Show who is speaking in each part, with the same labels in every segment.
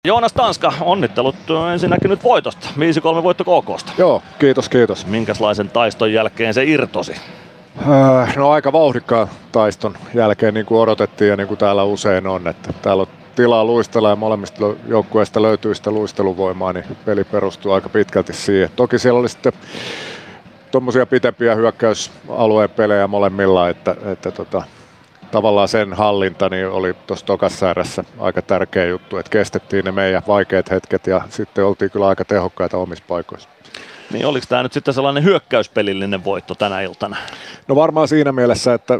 Speaker 1: Joonas Tanska, onnittelut ensinnäkin nyt voitosta. 5-3 voitto KK:sta.
Speaker 2: Joo, kiitos.
Speaker 1: Minkälaisen taiston jälkeen se irtosi?
Speaker 2: No aika vauhdikkaan taiston jälkeen niin kuin odotettiin ja niin kuin täällä usein on, että täällä on tilaa luistella ja molemmista joukkueista löytyy sitä luisteluvoimaa, niin peli perustuu aika pitkälti siihen. Toki siellä oli sitten tuommoisia pitempiä hyökkäysalueen pelejä molemmilla, että tavallaan sen hallinta niin oli tuossa tokassa erässä aika tärkeä juttu, että kestettiin ne meidän vaikeat hetket ja sitten oltiin kyllä aika tehokkaita omissa paikoissa.
Speaker 1: Niin oliko tämä nyt sitten sellainen hyökkäyspelillinen voitto tänä iltana?
Speaker 2: No varmaan siinä mielessä, että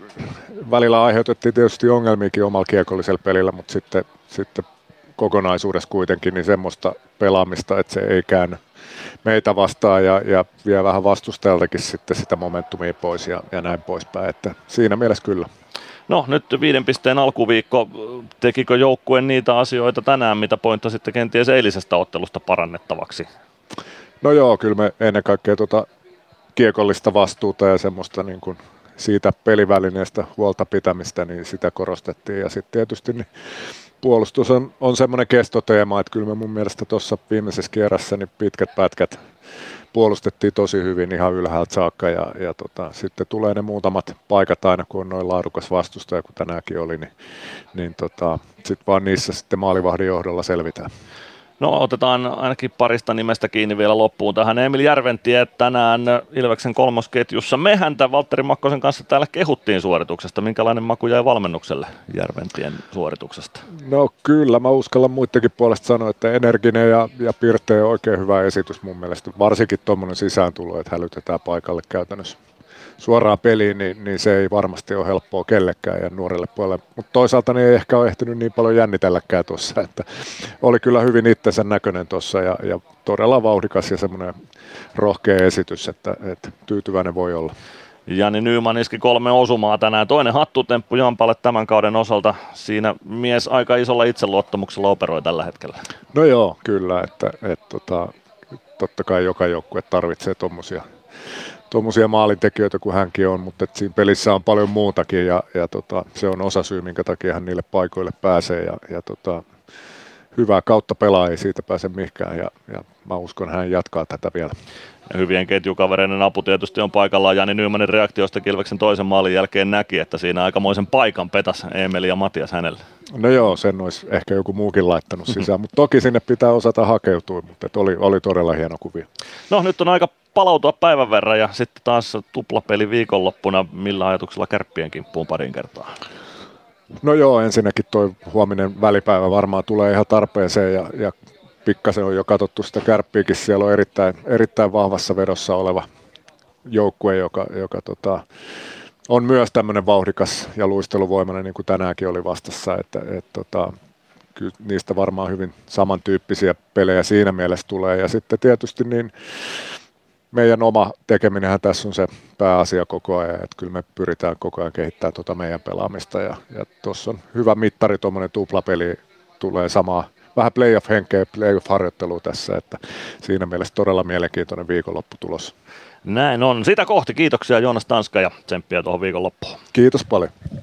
Speaker 2: välillä aiheutettiin tietysti ongelmiakin omalla kiekollisella pelillä, mutta sitten kokonaisuudessa kuitenkin niin semmoista pelaamista, että se ei käänny meitä vastaan ja vie vähän vastustajaltakin sitten sitä momentumia pois ja näin poispäin, että siinä mielessä kyllä.
Speaker 1: No nyt 5 pisteen alkuviikko, tekikö joukkue niitä asioita tänään, mitä pointtasitte kenties eilisestä ottelusta parannettavaksi?
Speaker 2: No joo, kyllä me ennen kaikkea kiekollista vastuuta ja semmoista niin kuin siitä pelivälineestä huolta pitämistä, niin sitä korostettiin. Ja sitten tietysti niin puolustus on semmoinen kestoteema, että kyllä me mun mielestä tuossa viimeisessä kierrässä niin pitkät pätkät puolustettiin tosi hyvin ihan ylhäältä saakka ja sitten tulee ne muutamat paikat aina, kun on noin laadukas vastustaja, kun tänäänkin oli, niin sitten vaan niissä sitten maalivahdin johdolla selvitään.
Speaker 1: No otetaan ainakin parista nimestä kiinni vielä loppuun tähän. Emil Järventie tänään Ilveksen kolmosketjussa. Me häntä Valtteri Makkosen kanssa täällä kehuttiin suorituksesta. Minkälainen maku jäi valmennukselle Järventien suorituksesta?
Speaker 2: No kyllä, mä uskallan muidenkin puolesta sanoa, että energinen ja pirteä on oikein hyvä esitys mun mielestä. Varsinkin tuommoinen sisääntulo, että hälytetään paikalle käytännössä suoraan peliin, niin se ei varmasti ole helppoa kellekään ja nuorelle puolelle. Mutta toisaalta niin ei ehkä ole ehtinyt niin paljon jännitelläkään tuossa, että oli kyllä hyvin itsensä näköinen tuossa ja todella vauhdikas ja semmoinen rohkea esitys, että tyytyväinen voi olla.
Speaker 1: Jani Nyman iski 3 osumaa tänään. Toinen hattutemppu Jampalle tämän kauden osalta. Siinä mies aika isolla itseluottamuksella operoi tällä hetkellä.
Speaker 2: No joo, kyllä, että totta kai joka joukkue tarvitsee tuommoisia maalintekijöitä kuin hänkin on, mutta siinä pelissä on paljon muutakin ja se on osasyy, minkä takia hän niille paikoille pääsee ja hyvää kautta pelaa, ei siitä pääse mihinkään ja mä uskon, hän jatkaa tätä vielä.
Speaker 1: Ja hyvien ketjukavereiden apu tietysti on paikallaan. Jani Nymanin reaktiosta Ilveksen toisen maalin jälkeen näki, että siinä aikamoisen paikan petas Emeli ja Matias hänelle.
Speaker 2: No joo, sen olisi ehkä joku muukin laittanut sisään, mutta toki sinne pitää osata hakeutua, mutta oli todella hieno kuvio.
Speaker 1: No nyt on aika palautua päivän verran ja sitten taas tuplapeli viikonloppuna. Millä ajatuksella Kärppien kimppuun parin kertaa?
Speaker 2: No joo, ensinnäkin toi huominen välipäivä varmaan tulee ihan tarpeeseen ja pikkasen on jo katsottu sitä Kärppiäkin. Siellä on erittäin vahvassa vedossa oleva joukkue, joka on myös tämmöinen vauhdikas ja luisteluvoimainen, niin kuin tänäänkin oli vastassa, että kyllä niistä varmaan hyvin samantyyppisiä pelejä siinä mielessä tulee. Ja sitten tietysti niin meidän oma tekeminenhän tässä on se pääasia koko ajan, että kyllä me pyritään koko ajan kehittämään meidän pelaamista ja tuossa on hyvä mittari, tuommoinen tuplapeli tulee samaa, vähän playoff-henkeä, playoff-harjoittelua tässä, että siinä mielessä todella mielenkiintoinen viikonlopputulos.
Speaker 1: Näin on. Sitä kohti. Kiitoksia Joonas Tanska ja tsemppiä tuohon viikonloppuun.
Speaker 2: Kiitos paljon.